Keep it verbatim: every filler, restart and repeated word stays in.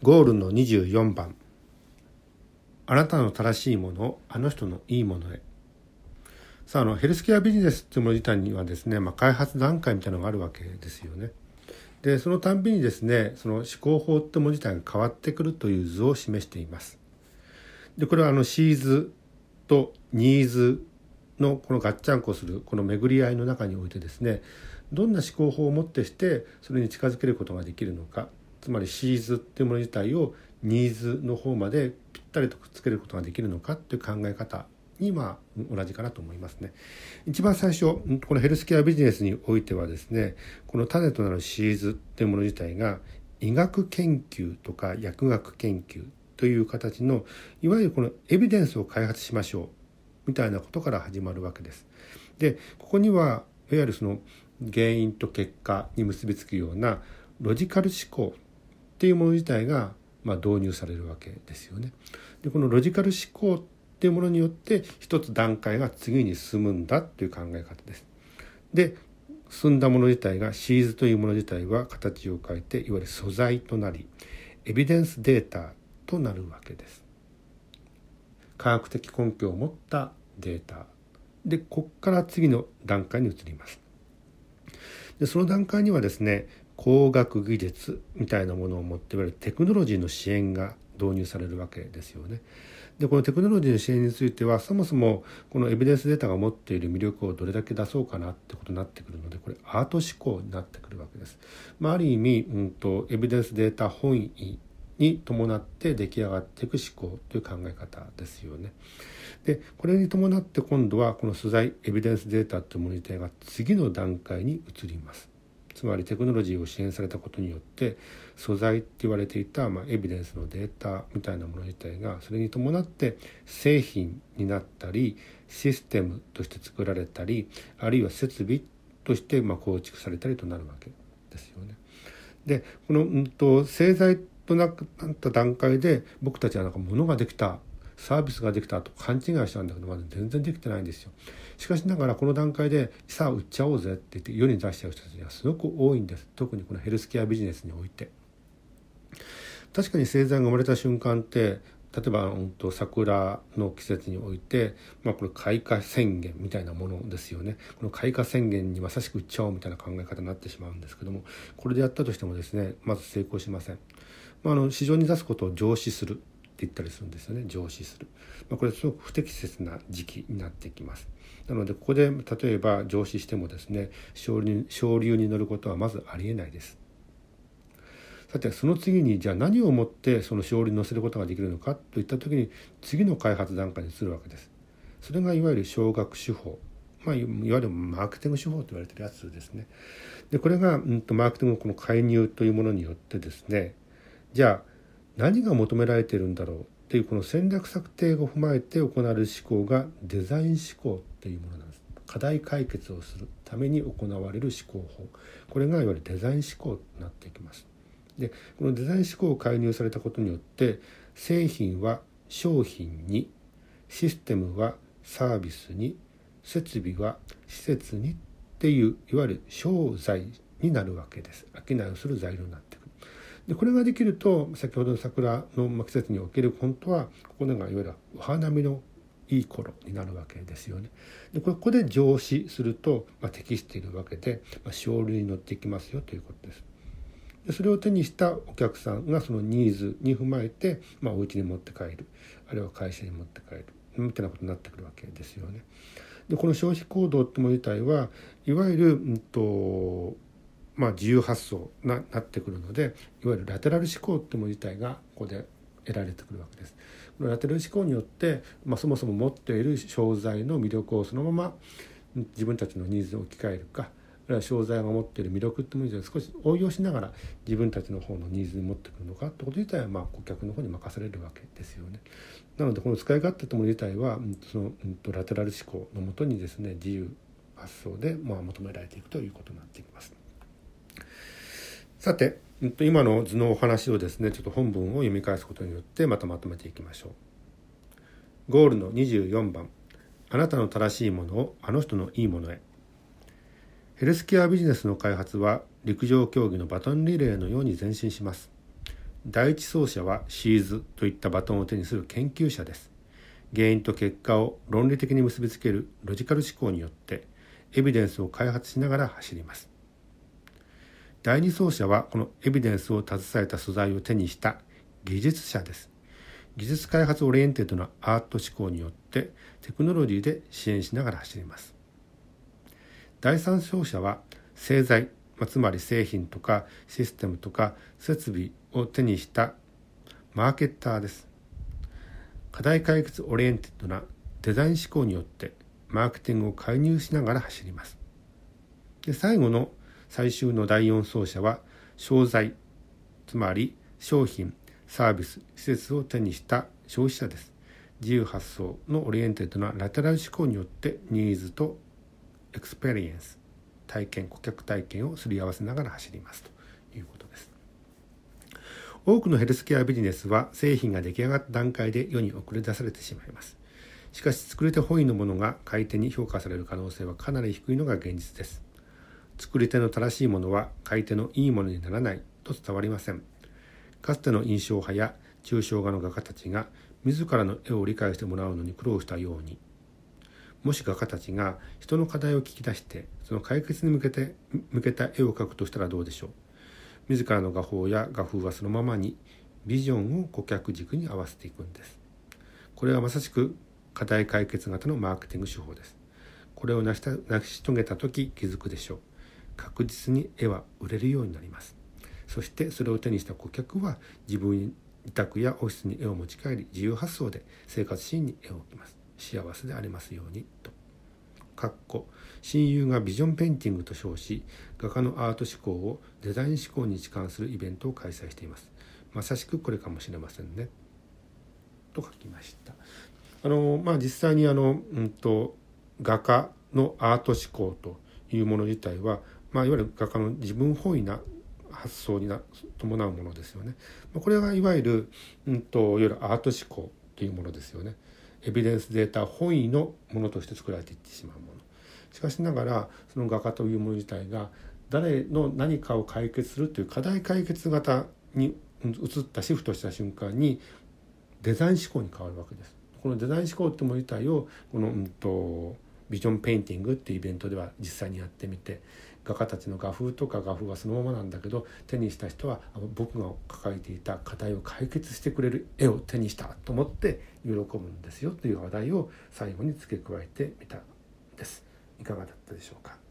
ゴールのにじゅうよんばん、あなたの正しいものをあの人のいいものへ。さあ、あのヘルスケアビジネスっていうもの自体にはですね、まあ、開発段階みたいなのがあるわけですよね。でそのたんびにですね、その思考法ってもの自体が変わってくるという図を示しています。でこれはあのシーズとニーズのこのガッチャンコするこの巡り合いの中においてですね、どんな思考法をもってしてそれに近づけることができるのか、つまりシーズっていうもの自体をニーズの方までぴったりとくっつけることができるのかという考え方にまあ同じかなと思いますね。一番最初、このヘルスケアビジネスにおいてはですね、この種となるシーズっていうもの自体が医学研究とか薬学研究という形のいわゆるこのエビデンスを開発しましょうみたいなことから始まるわけです。でここにはいわゆるその原因と結果に結びつくようなロジカル思考っていうもの自体がまあ導入されるわけですよね。でこのロジカル思考っていうものによって一つ段階が次に進むんだという考え方です。で進んだもの自体がシーズというもの自体は形を変えていわゆる素材となりエビデンスデータとなるわけです。科学的根拠を持ったデータで、ここから次の段階に移ります。でその段階にはですね、工学技術みたいなものを持っていわれるテクノロジーの支援が導入されるわけですよね。でこのテクノロジーの支援については、そもそもこのエビデンスデータが持っている魅力をどれだけ出そうかなってことになってくるので、これアート思考になってくるわけです。まあ、ある意味、うんと、エビデンスデータ本位に伴って出来上がっていく思考という考え方ですよね。でこれに伴って今度はこの素材エビデンスデータというもの自体が次の段階に移ります。つまりテクノロジーを支援されたことによって素材って言われていた、まあ、エビデンスのデータみたいなもの自体がそれに伴って製品になったりシステムとして作られたり、あるいは設備としてまあ構築されたりとなるわけですよね。でこの、うんと、製材となった段階で僕たちはなんか物ができた、サービスができたと勘違いしたんだけど、まだ全然できてないんですよ。しかしながらこの段階でさあ売っちゃおうぜって言って世に出しちゃう人たちがすごく多いんです。特にこのヘルスケアビジネスにおいて。確かに製剤が生まれた瞬間って、例えば、うん、と桜の季節において、まあ、これ開花宣言みたいなものですよね。この開花宣言にまさしく売っちゃおうみたいな考え方になってしまうんですけども、これでやったとしてもですね、まず成功しません。まあ、あの市場に出すことを上司するって言ったりするんですよね。上司する、まあ、これすごく不適切な時期になってきます。なのでここで例えば上司してもですね、昇流、昇流に乗ることはまずありえないです。さてその次にじゃあ何をもってその昇流に乗せることができるのかといった時に次の開発段階に移るわけです。それがいわゆる小学手法、まあ、いわゆるマーケティング手法と言われているやつですね。でこれが、うん、とマーケティングのこの介入というものによってですね、じゃあ何が求められているんだろうっていうこの戦略策定を踏まえて行われる思考がデザイン思考っていうものなんです。課題解決をするために行われる思考法、これがいわゆるデザイン思考になっていきます。でこのデザイン思考を介入されたことによって製品は商品に、システムはサービスに、設備は施設にっていういわゆる商材になるわけです。商いをする材料になってくる。でこれができると先ほどの桜の季節における本当はここがいわゆるお花見のいい頃になるわけですよね。でここで上司すると、まあ、適しているわけで、まあ、昇流に乗っていきますよということです。でそれを手にしたお客さんがそのニーズに踏まえて、まあ、お家に持って帰る、あるいは会社に持って帰るみたいなことになってくるわけですよね。でこの消費行動ってもの自体はいわゆる、うんとまあ、自由発想に な, なってくるので、いわゆるラテラル思考ってもの自体がここで得られてくるわけです。このラテラル思考によって、まあ、そもそも持っている商材の魅力をそのまま自分たちのニーズに置き換えるか、あるいは商材が持っている魅力ってもの自体を少し応用しながら自分たちの方のニーズに持ってくるのかってこと自体は、まあ、顧客の方に任されるわけですよね。なのでこの使い勝手ってもの自体はそのラテラル思考のもとにですね、自由発想で、まあ、求められていくということになっていきます。さて今の図のお話をですね、ちょっと本文を読み返すことによってまたまとめていきましょう。ゴールのにじゅうよんばん、あなたの正しいものをあの人のいいものへ。ヘルスケアビジネスの開発は陸上競技のバトンリレーのように前進します。 第一走者はシーズといったバトンを手にする研究者です。原因と結果を論理的に結びつけるロジカル思考によってエビデンスを開発しながら走ります。第二走者はこのエビデンスを携えた素材を手にした技術者です。技術開発オリエンテッドなアート思考によってテクノロジーで支援しながら走ります。第三走者は製材、つまり製品とかシステムとか設備を手にしたマーケッターです。課題解決オリエンテッドなデザイン思考によってマーケティングを介入しながら走ります。で、最後の最終の第四走者は商材、つまり商品、サービス、施設を手にした消費者です。自由発想のオリエンテッドなラテラル思考によってニーズとエクスペリエンス、体験、顧客体験をすり合わせながら走りますということです。多くのヘルスケアビジネスは製品が出来上がった段階で世に送り出されてしまいます。しかし作り手本位のものが買い手に評価される可能性はかなり低いのが現実です。作り手の正しいものは買い手のいいものにならないと伝わりません。かつての印象派や抽象画の画家たちが自らの絵を理解してもらうのに苦労したように、もし画家たちが人の課題を聞き出してその解決に向けて向けた絵を描くとしたらどうでしょう。自らの画法や画風はそのままにビジョンを顧客軸に合わせていくんです。これはまさしく課題解決型のマーケティング手法です。これを成し成し遂げたとき気づくでしょう。確実に絵は売れるようになります。そしてそれを手にした顧客は自分宅やオフィスに絵を持ち帰り、自由発想で生活シーンに絵を置きます。幸せでありますようにと。かっこ親友がビジョンペインティングと称し、画家のアート思考をデザイン思考に置換するイベントを開催しています。まさしくこれかもしれませんねと書きました。あのまあ実際にあの、うんと、画家のアート思考というもの自体は、まあ、いわゆる画家の自分本位な発想にな伴うものですよね。これがいわゆる、うんと、いわゆるアート思考というものですよね。エビデンスデータ本位のものとして作られていってしまうもの。しかしながらその画家というもの自体が誰の何かを解決するという課題解決型に移ったシフトした瞬間にデザイン思考に変わるわけです。このデザイン思考というもの自体をこの、うんと、ビジョンペインティングっていうイベントでは実際にやってみて、画家たちの画風とか画風はそのままなんだけど、手にした人は僕が抱えていた課題を解決してくれる絵を手にしたと思って喜ぶんですよという話題を最後に付け加えてみたんです。いかがだったでしょうか。